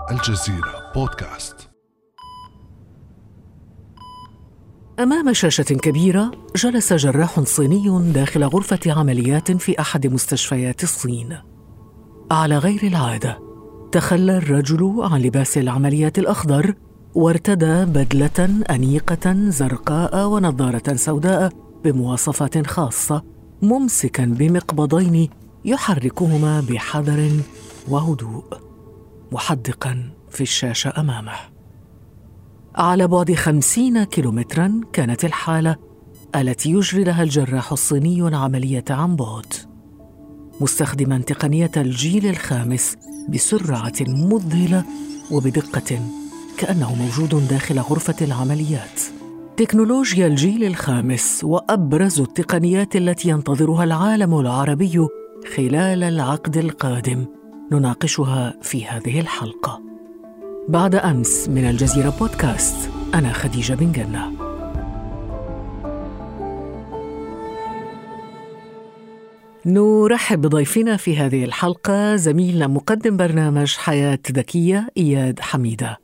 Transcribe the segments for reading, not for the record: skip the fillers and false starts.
الجزيرة بودكاست. أمام شاشة كبيرة جلس جراح صيني داخل غرفة عمليات في أحد مستشفيات الصين. على غير العادة تخلى الرجل عن لباس العمليات الأخضر وارتدى بدلة أنيقة زرقاء ونظارة سوداء بمواصفات خاصة، ممسكاً بمقبضين يحركهما بحذر وهدوء، محدقاً في الشاشة أمامه. على بعد 50 كيلومتراً كانت الحالة التي يجري لها الجراح الصيني العملية عن بعد، مستخدماً تقنية الجيل الخامس بسرعة مذهلة وبدقة كأنه موجود داخل غرفة العمليات. تكنولوجيا الجيل الخامس وأبرز التقنيات التي ينتظرها العالم العربي خلال العقد القادم نناقشها في هذه الحلقة. بعد أمس من الجزيرة بودكاست، أنا خديجة بن جنة. نرحب بضيفنا في هذه الحلقة زميلنا مقدم برنامج حياة ذكية إياد حميدة.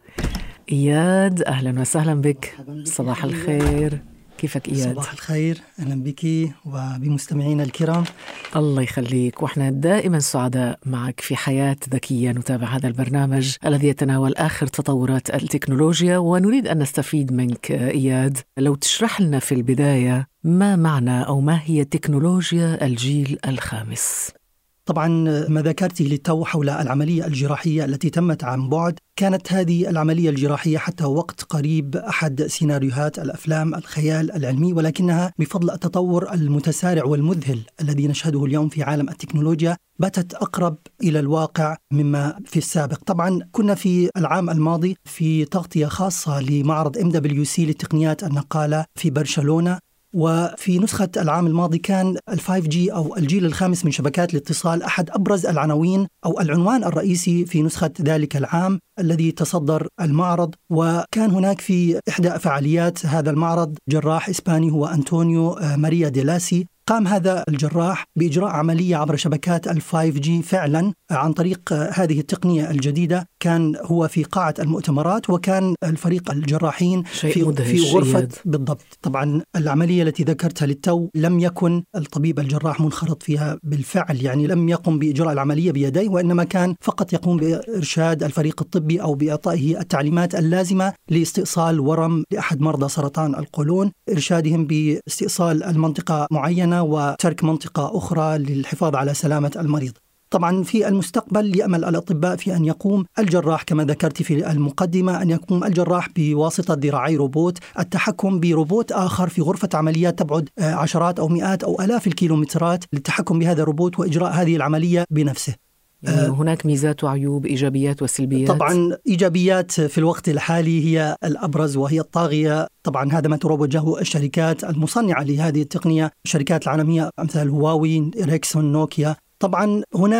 إياد، أهلا وسهلا بك. صباح الخير، كيفك إياد؟ صباح الخير، أهلا بك وبمستمعينا الكرام. الله يخليك، وإحنا دائما سعداء معك في حياة ذكية. نتابع هذا البرنامج الذي يتناول آخر تطورات التكنولوجيا، ونريد أن نستفيد منك إياد. لو تشرح لنا في البداية ما معنى أو ما هي تكنولوجيا الجيل الخامس؟ طبعا ما ذكرته للتو حول العملية الجراحية التي تمت عن بعد، كانت هذه العملية الجراحية حتى وقت قريب أحد سيناريوهات الأفلام الخيال العلمي، ولكنها بفضل التطور المتسارع والمذهل الذي نشهده اليوم في عالم التكنولوجيا باتت أقرب إلى الواقع مما في السابق. طبعا كنا في العام الماضي في تغطية خاصة لمعرض MWC للتقنيات النقالة في برشلونة، وفي نسخة العام الماضي كان 5G أو الجيل الخامس من شبكات الاتصال أحد أبرز العناوين أو العنوان الرئيسي في نسخة ذلك العام الذي تصدر المعرض. وكان هناك في إحدى فعاليات هذا المعرض جراح إسباني هو أنطونيو ماريا ديلاسي. قام هذا الجراح بإجراء عملية عبر شبكات 5G فعلا عن طريق هذه التقنية الجديدة. كان هو في قاعة المؤتمرات، وكان الفريق الجراحين في غرفة بالضبط. طبعا العملية التي ذكرتها للتو لم يكن الطبيب الجراح منخرط فيها بالفعل، يعني لم يقم بإجراء العملية بيديه، وإنما كان فقط يقوم بإرشاد الفريق الطبي أو بإعطائه التعليمات اللازمة لاستئصال ورم لأحد مرضى سرطان القولون، إرشادهم باستئصال المنطقة معينة وترك منطقة أخرى للحفاظ على سلامة المريض. طبعا في المستقبل يأمل الأطباء في أن يقوم الجراح كما ذكرت في المقدمة، أن يقوم الجراح بواسطة ذراعي روبوت التحكم بروبوت آخر في غرفة عمليات تبعد عشرات أو مئات أو آلاف الكيلومترات للتحكم بهذا الروبوت وإجراء هذه العملية بنفسه. يعني هناك ميزات وعيوب، إيجابيات وسلبيات. طبعا إيجابيات في الوقت الحالي هي الأبرز وهي الطاغية. طبعا هذا ما تروجه الشركات المصنعة لهذه التقنية، الشركات العالمية أمثال هواوي، إريكسون، نوكيا. طبعا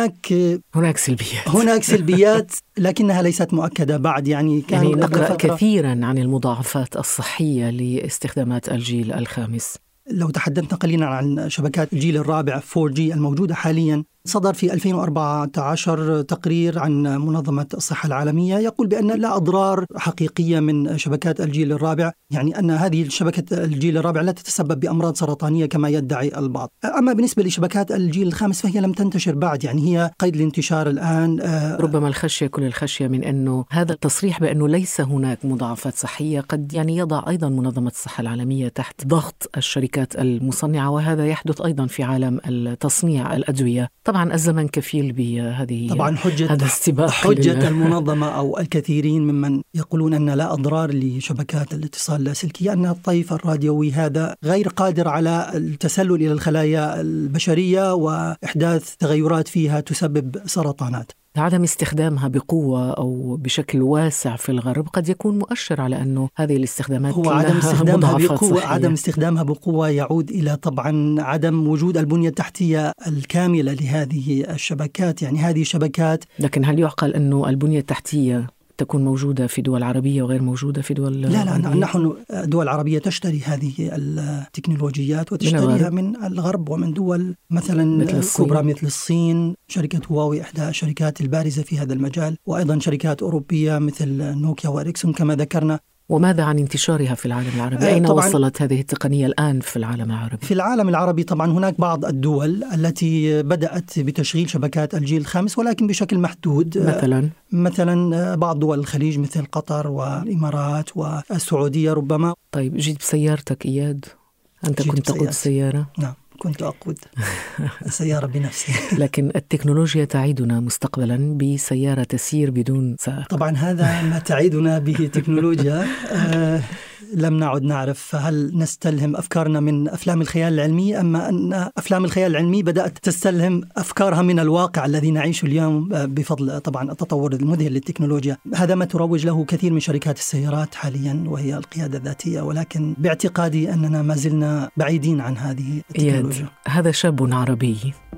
هناك سلبيات لكنها ليست مؤكدة بعد. يعني نقرأ كثيرا عن المضاعفات الصحية لاستخدامات الجيل الخامس. لو تحدثنا قليلا عن شبكات الجيل الرابع 4G الموجودة حاليا، صدر في 2014 تقرير عن منظمة الصحة العالمية يقول بأن لا أضرار حقيقية من شبكات الجيل الرابع، يعني أن هذه شبكة الجيل الرابع لا تتسبب بأمراض سرطانية كما يدعي البعض. أما بالنسبة لشبكات الجيل الخامس فهي لم تنتشر بعد، يعني هي قيد الانتشار الآن. ربما الخشية، كل الخشية من أنه هذا التصريح بأنه ليس هناك مضاعفات صحية قد يعني يضع أيضا منظمة الصحة العالمية تحت ضغط الشركات المصنعة، وهذا يحدث أيضا في عالم التصنيع الأدوية. طبعا الزمن كفيل بهذه، طبعا حجة المنظمة أو الكثيرين ممن يقولون أن لا أضرار لشبكات الاتصال اللاسلكية أن الطيف الراديوي هذا غير قادر على التسلل إلى الخلايا البشرية وإحداث تغيرات فيها تسبب سرطانات. عدم استخدامها بقوة أو بشكل واسع في الغرب قد يكون مؤشر على أنه هذه الاستخدامات هو عدم استخدامها بقوة يعود إلى طبعا عدم وجود البنية التحتية الكاملة لهذه الشبكات. يعني هذه الشبكات، لكن هل يعقل أنه البنية التحتية تكون موجودة في دول عربية وغير موجودة في دول لا نحن دول عربية تشتري هذه التكنولوجيات وتشتريها من الغرب ومن دول مثلا كبرى مثل الصين. شركة هواوي إحدى الشركات البارزة في هذا المجال، وأيضا شركات أوروبية مثل نوكيا وإريكسون كما ذكرنا. وماذا عن انتشارها في العالم العربي؟ أين وصلت هذه التقنية الآن في العالم العربي؟ في العالم العربي طبعا هناك بعض الدول التي بدأت بتشغيل شبكات الجيل الخامس ولكن بشكل محدود. مثلا بعض دول الخليج مثل قطر والإمارات والسعودية ربما. طيب جيت بسيارتك إياد؟ أنت كنت تقود السيارة؟ نعم كنت أقود السيارة بنفسي. لكن التكنولوجيا تعيدنا مستقبلا بسيارة تسير بدون سائق. طبعا هذا ما تعيدنا به تكنولوجيا. لم نعد نعرف هل نستلهم أفكارنا من أفلام الخيال العلمي أما أن أفلام الخيال العلمي بدأت تستلهم أفكارها من الواقع الذي نعيشه اليوم بفضل طبعا التطور المذهل للتكنولوجيا. هذا ما تروج له كثير من شركات السيارات حاليا وهي القيادة الذاتية، ولكن باعتقادي أننا ما زلنا بعيدين عن هذه التكنولوجيا. هذا شاب عربي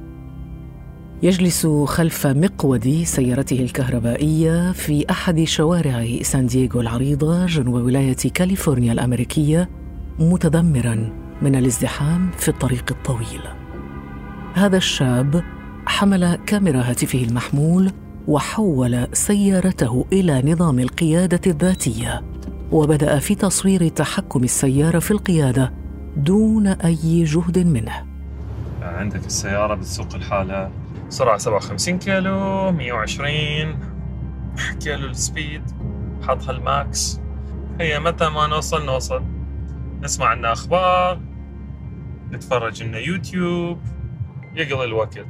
يجلس خلف مقود سيارته الكهربائية في أحد شوارع سان دييغو العريضة جنوب ولاية كاليفورنيا الأمريكية، متذمراً من الازدحام في الطريق الطويل. هذا الشاب حمل كاميرا هاتفه المحمول وحول سيارته إلى نظام القيادة الذاتية، وبدأ في تصوير تحكم السيارة في القيادة دون أي جهد منه. عندك السيارة بتسوق الحالة، سرعة 57 كيلو، 120 كيلو السبيد، حطها الماكس. هي متى ما نوصل نسمع عنا أخبار، نتفرج لنا يوتيوب، يقضي الوقت.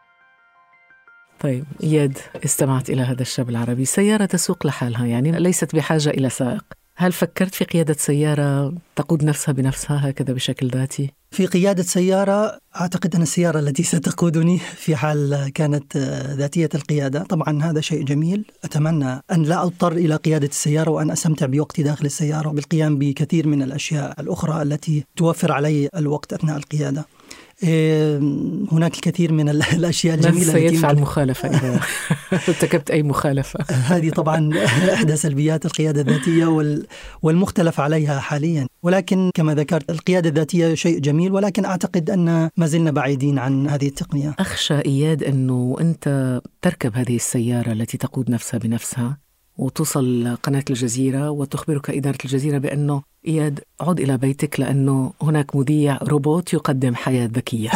طيب إياد، استمعت إلى هذا الشاب العربي، سيارة تسوق لحالها يعني ليست بحاجة إلى سائق. هل فكرت في قيادة سيارة تقود نفسها بنفسها هكذا بشكل ذاتي؟ في قيادة سيارة أعتقد أن السيارة التي ستقودني في حال كانت ذاتية القيادة. طبعا هذا شيء جميل، أتمنى أن لا أضطر إلى قيادة السيارة وأن أستمتع بوقتي داخل السيارة وبالقيام بكثير من الأشياء الأخرى التي توفر علي الوقت أثناء القيادة. هناك الكثير من الأشياء الجميلة التي سيدفع المخالفة إذا ارتكبت أي مخالفة. هذه طبعا إحدى سلبيات القيادة الذاتية والمختلف عليها حاليا، ولكن كما ذكرت القيادة الذاتية شيء جميل، ولكن أعتقد أن ما زلنا بعيدين عن هذه التقنية. أخشى إياد أنه أنت تركب هذه السيارة التي تقود نفسها بنفسها وتصل قناة الجزيرة وتخبرك إدارة الجزيرة بأنه إياد عد إلى بيتك لأنه هناك مذيع روبوت يقدم حياة ذكية.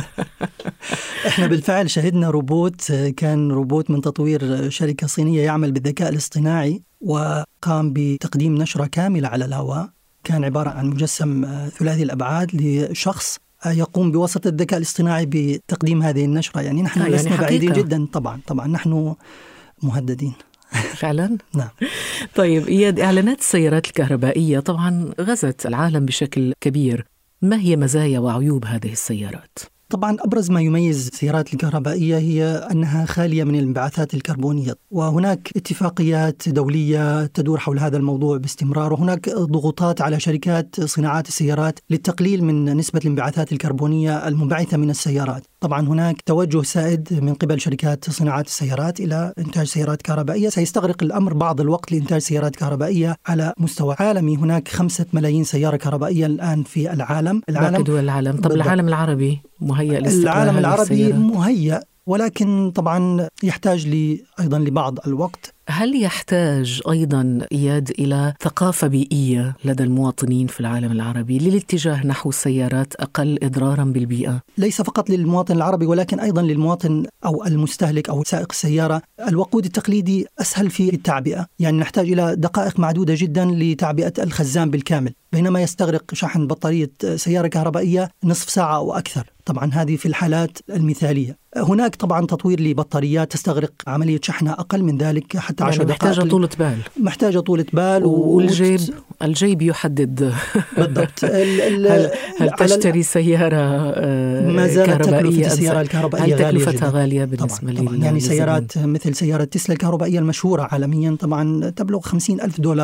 إحنا بالفعل شهدنا روبوت، كان روبوت من تطوير شركة صينية يعمل بالذكاء الاصطناعي، وقام بتقديم نشرة كاملة على الهواء. كان عبارة عن مجسم ثلاثي الأبعاد لشخص يقوم بواسطة الذكاء الاصطناعي بتقديم هذه النشرة. يعني نحن لسنا بعيدين جدا. طبعا نحن مهددين فعلا. نعم. طيب إياد، إعلانات السيارات الكهربائية طبعا غزت العالم بشكل كبير. ما هي مزايا وعيوب هذه السيارات؟ طبعا أبرز ما يميز السيارات الكهربائية هي أنها خالية من الانبعاثات الكربونية، وهناك اتفاقيات دولية تدور حول هذا الموضوع باستمرار، وهناك ضغوطات على شركات صناعات السيارات للتقليل من نسبة الانبعاثات الكربونية المنبعثة من السيارات. طبعا هناك توجه سائد من قبل شركات صناعات السيارات إلى إنتاج سيارات كهربائية. سيستغرق الأمر بعض الوقت لإنتاج سيارات كهربائية على مستوى عالمي. هناك 5 ملايين سيارة كهربائية الآن في العالم. باقي دول العالم. طب العالم العربي مهيأ لاستقبال العالم العربي السيارات؟ مهيأ، ولكن طبعا يحتاج أيضا لبعض الوقت. هل يحتاج أيضا إياد إلى ثقافة بيئية لدى المواطنين في العالم العربي للاتجاه نحو السيارات أقل إضرارا بالبيئة؟ ليس فقط للمواطن العربي ولكن أيضا للمواطن أو المستهلك أو سائق السيارة. الوقود التقليدي أسهل في التعبئة، يعني نحتاج إلى دقائق معدودة جدا لتعبئة الخزان بالكامل، بينما يستغرق شحن بطارية سيارة كهربائية نصف ساعة أو أكثر. طبعا هذه في الحالات المثالية. هناك طبعا تطوير لبطاريات تستغرق عملية شحنها أقل من ذلك، حتى 10 دقائق. محتاجة طولة بال والجيب يحدد بالضبط. هل تشتري سيارة ما زالت تكلفة السيارة الكهربائية غالية جدا. غالية بالنسبة لي يعني سيارات مثل سيارة تسلا الكهربائية المشهورة عالميا طبعا تبلغ $50,000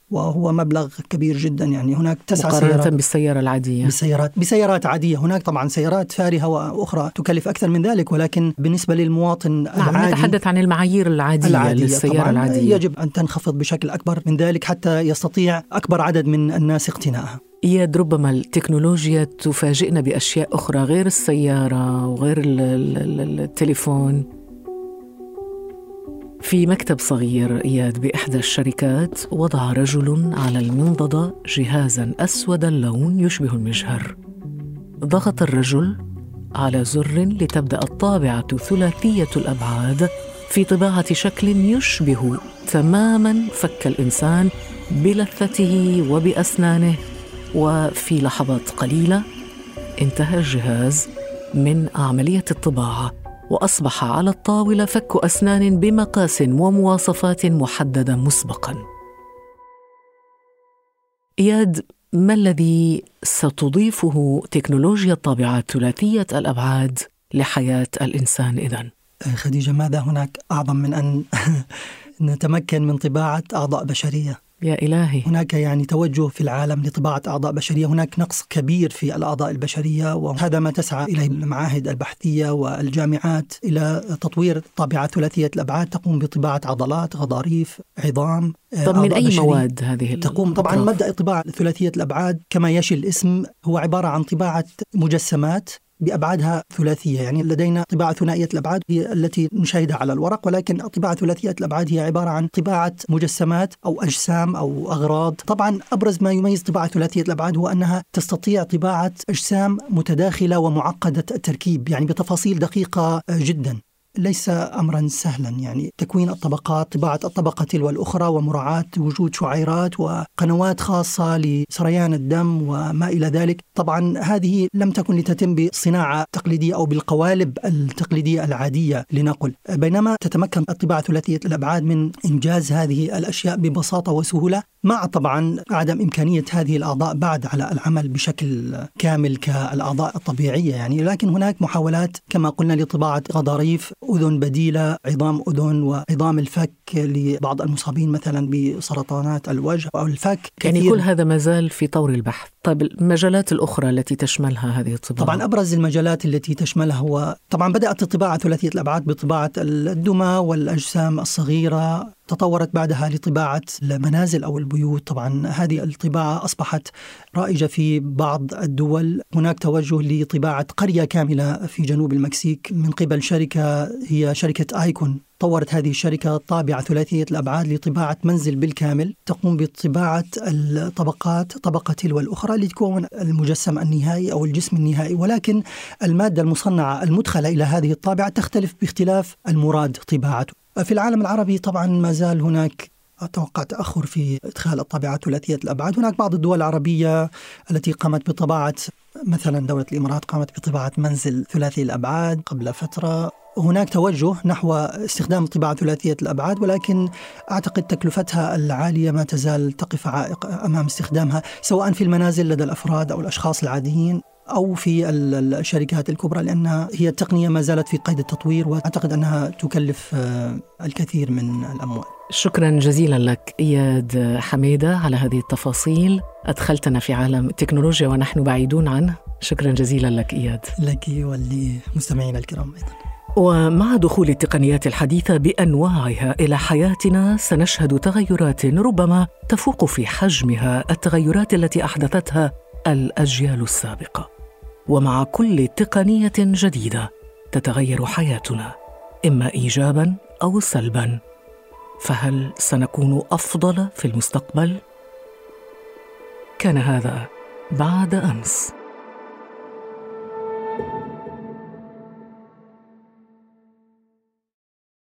وهو مبلغ كبير جدا. يعني هناك 9 مقارنة سيارات بالسيارة العادية. بسيارات عادية. هناك طبعا سيارات فارهة وأخرى تكلف أكثر من ذلك، ولكن بالنسبة للمواطن العادي نتحدث عن المعايير العادية للسيارة العادية، يجب أن تنخفض بشكل أكبر من ذلك حتى يستطيع أكبر عدد من الناس اقتنائها. إياد، ربما التكنولوجيا تفاجئنا بأشياء أخرى غير السيارة وغير التليفون. في مكتب صغير إياد بإحدى الشركات وضع رجل على المنضدة جهازاً أسود اللون يشبه المجهر. ضغط الرجل على زر لتبدأ الطابعة ثلاثية الأبعاد في طباعة شكل يشبه تماماً فك الإنسان بلثته وبأسنانه، وفي لحظات قليلة انتهى الجهاز من عملية الطباعة وأصبح على الطاولة فك أسنان بمقاس ومواصفات محددة مسبقاً. إياد، ما الذي ستضيفه تكنولوجيا الطابعات ثلاثية الأبعاد لحياة الإنسان إذن؟ خديجة، ماذا هناك أعظم من أن نتمكن من طباعة أعضاء بشرية؟ يا إلهي، هناك يعني توجه في العالم لطباعة أعضاء بشرية. هناك نقص كبير في الأعضاء البشرية، وهذا ما تسعى إليه المعاهد البحثية والجامعات إلى تطوير طابعة ثلاثية الأبعاد تقوم بطباعة عضلات، غضاريف، عظام. طب من أي مواد هذه تقوم؟ طبعا مبدأ طباعة ثلاثية الأبعاد كما يشي الاسم هو عبارة عن طباعة مجسمات بأبعادها ثلاثية. يعني لدينا طباعة ثنائية الأبعاد هي التي نشاهدها على الورق، ولكن طباعة ثلاثية الأبعاد هي عبارة عن طباعة مجسمات أو أجسام أو أغراض. طبعا أبرز ما يميز طباعة ثلاثية الأبعاد هو أنها تستطيع طباعة أجسام متداخلة ومعقدة التركيب، يعني بتفاصيل دقيقة جدا. ليس أمرا سهلا، يعني تكوين الطبقات، طباعة الطبقة تلو الأخرى، ومراعاة وجود شعيرات وقنوات خاصة لسريان الدم وما إلى ذلك. طبعا هذه لم تكن لتتم بصناعة تقليدية أو بالقوالب التقليدية العادية لنقل، بينما تتمكن الطباعة ثلاثية الأبعاد من إنجاز هذه الأشياء ببساطة وسهولة، مع طبعا عدم إمكانية هذه الأعضاء بعد على العمل بشكل كامل كالأعضاء الطبيعية. يعني لكن هناك محاولات كما قلنا لطباعة غضاريف، أذن بديلة، عظام أذن، وعظام الفك لبعض المصابين مثلا بسرطانات الوجه أو الفك. يعني كل هذا ما زال في طور البحث. طيب المجالات الأخرى التي تشملها هذه الطباعة؟ طبعا أبرز المجالات التي تشملها هو طبعا بدأت الطباعة ثلاثية الأبعاد بطباعة الدمى والأجسام الصغيرة، تطورت بعدها لطباعة المنازل أو البيوت. طبعا هذه الطباعة أصبحت رائجة في بعض الدول. هناك توجه لطباعة قرية كاملة في جنوب المكسيك من قبل شركة هي شركة آيكون. طورت هذه الشركة طابعة ثلاثية الأبعاد لطباعة منزل بالكامل تقوم بطباعة الطبقات طبقة تلو الأخرى لتكون المجسم النهائي أو الجسم النهائي، ولكن المادة المصنعة المدخلة إلى هذه الطابعة تختلف باختلاف المراد طباعته. في العالم العربي طبعا ما زال هناك أتوقع تأخر في إدخال الطابعة ثلاثية الأبعاد. هناك بعض الدول العربية التي قامت بطباعة، مثلا دولة الإمارات قامت بطباعة منزل ثلاثي الأبعاد قبل فترة. هناك توجه نحو استخدام الطباعة ثلاثية الأبعاد، ولكن أعتقد تكلفتها العالية ما تزال تقف عائق أمام استخدامها، سواء في المنازل لدى الأفراد أو الأشخاص العاديين أو في الشركات الكبرى، لأنها هي التقنية ما زالت في قيد التطوير، وأعتقد أنها تكلف الكثير من الأموال. شكرا جزيلا لك إياد حميدة على هذه التفاصيل، أدخلتنا في عالم التكنولوجيا ونحن بعيدون عنه. شكرا جزيلا لك إياد. لك ولمستمعينا الكرام أيضا. ومع دخول التقنيات الحديثة بأنواعها إلى حياتنا سنشهد تغيرات ربما تفوق في حجمها التغيرات التي أحدثتها الأجيال السابقة. ومع كل تقنية جديدة تتغير حياتنا إما إيجاباً أو سلباً، فهل سنكون أفضل في المستقبل؟ كان هذا بعد أمس.